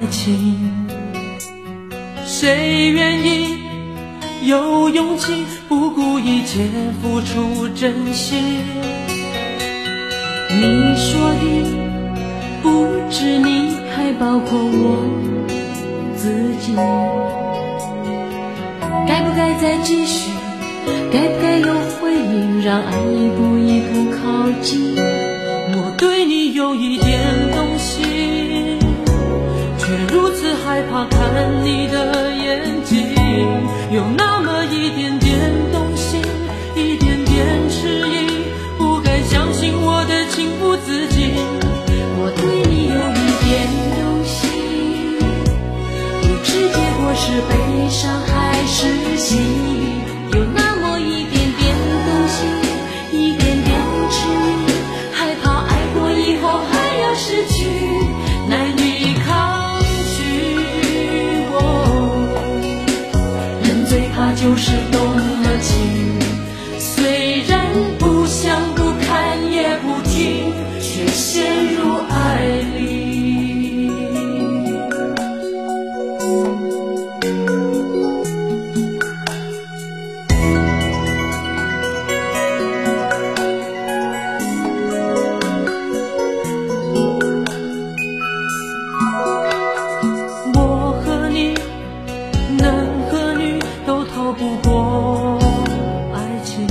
情。谁愿意有勇气不顾一切付出真心？ 你说的不止你，还包括我自己。该不该再继续？该不该有回应？让爱一步一步靠近。 我对你有一点动心，却如此害怕看你的眼睛，有那么一点点动心，一点点迟疑，不敢相信我的情不自禁。 我对你有一点动心，不知结果是悲伤还是喜悦，有那么一点点动心，一点点迟疑，害怕爱过以后还要失去，难以抗拒。人最怕就是动了情，虽然不想不看也不听，却陷入爱里。 我和你，男和女都逃不过爱情，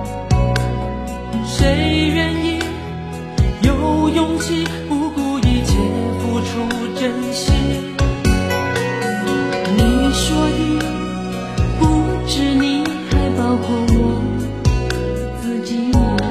谁愿意有勇气不顾一切付出真心？ 你说的不止你，还包括我自己。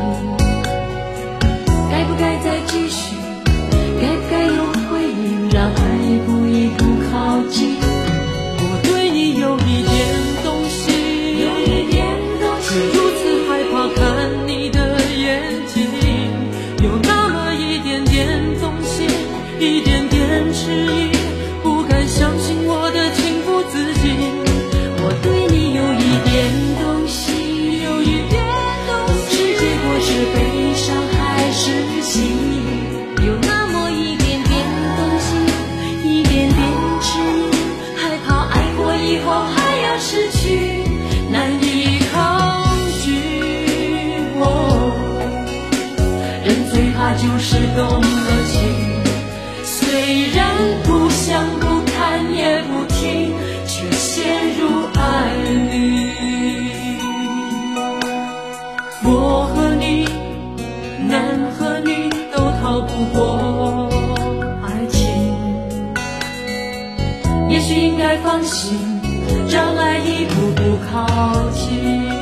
该不该再继续？该不该有回应？让爱一步一步靠近。 我对你有一点动心，却如此害怕看你的眼睛，有那么一点点动心，一点点迟疑，不敢相信我的情不自禁。 我对你有一点动心，不知结果是悲伤还是喜悦，有那么一点点动心，一点点迟疑，害怕爱过以后还要失去，难以抗拒。人最怕就是动了情，虽然不想不看也不听，却陷入爱里。 我和你，男和女都逃不过爱情， 也许应该放心，让爱一步步靠近。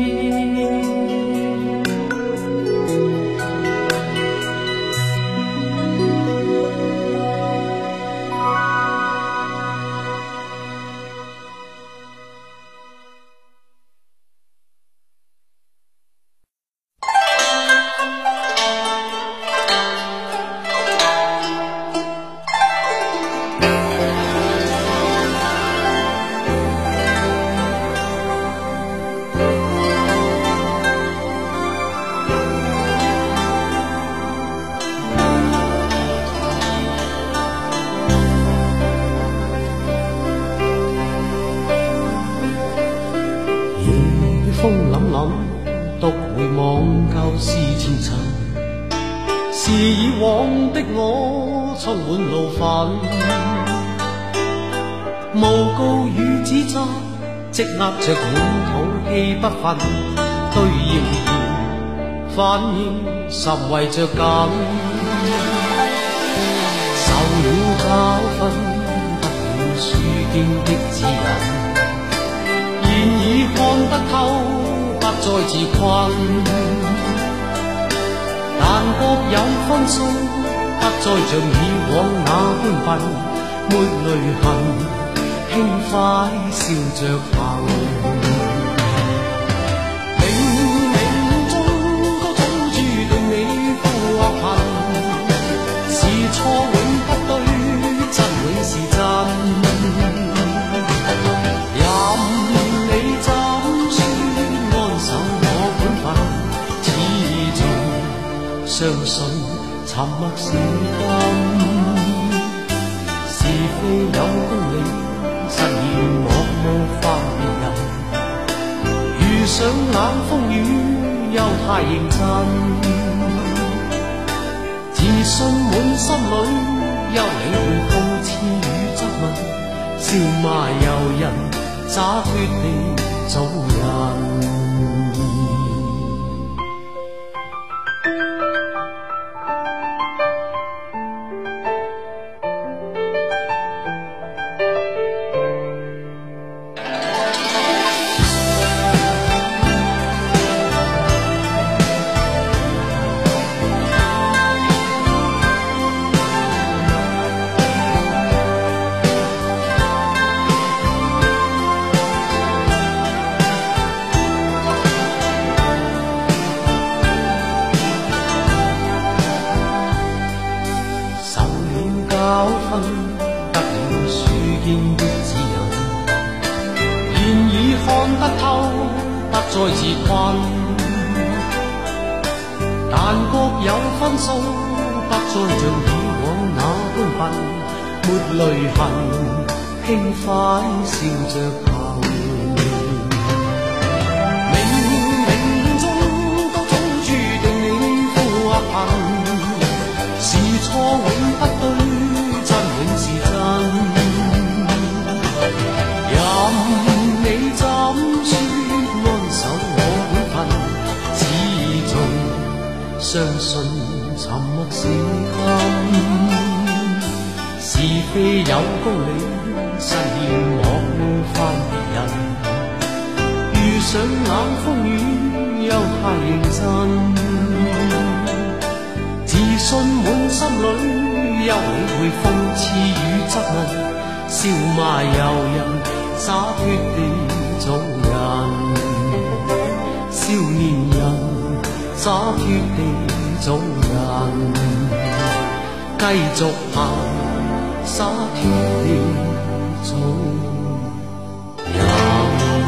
風凜凜，獨回望舊事前塵，是以往的我充滿怒憤，誣告與指責，積壓着滿肚氣不忿，對謠言反應甚為着緊，受了教訓，得了書經的指引。現已看得透，不再自困，但各有分數，不再像以往那般笨，沒淚痕，輕快笑着行。冥冥中都早注定你富或貧，是錯永不對，真永是真。相信沉默是金，是非有公理，實現我無法別人。遇上冷風雨又太認真，自信滿心裏，休理會諷刺與質問，笑罵由人，灑脱地做人。得了書經的指引，現已看得透，不再自困。但各有分數，不再像以往那般笨，沒淚痕，輕快笑着行。冥冥中都總注定你富或貧，是錯永不對。永是真，任你怎說安守我本分，始終相信沉默是金。是非有公理，實現我無法別人。遇上冷風雨又太認真，自信滿心裏。休理會諷刺與質問，笑罵由人，灑脱地做人。少年人，灑脱地做人，繼續行，灑脱地做人。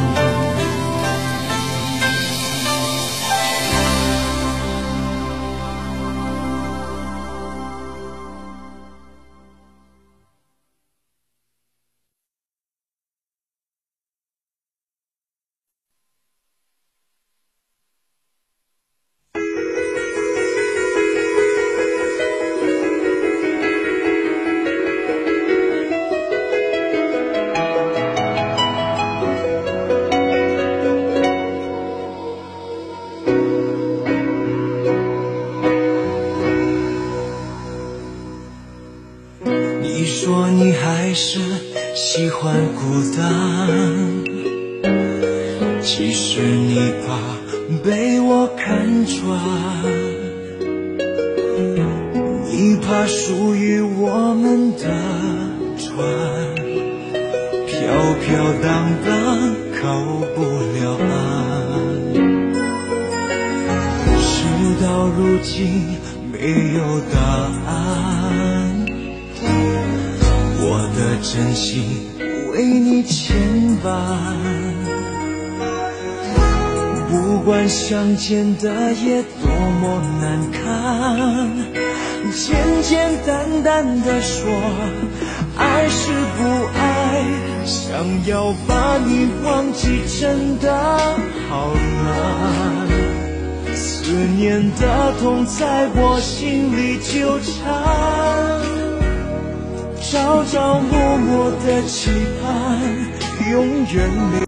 你说你还是喜欢孤单，其实你怕被我看穿，你怕属于我们的船飘飘荡荡靠不了岸，事到如今没有答案，我的真心为你牵绊，不管相见的夜多么难看，简简单单的说爱是不爱，想要把你忘记真的好难，思念的痛在我心里纠缠，朝朝暮暮的期盼，永远没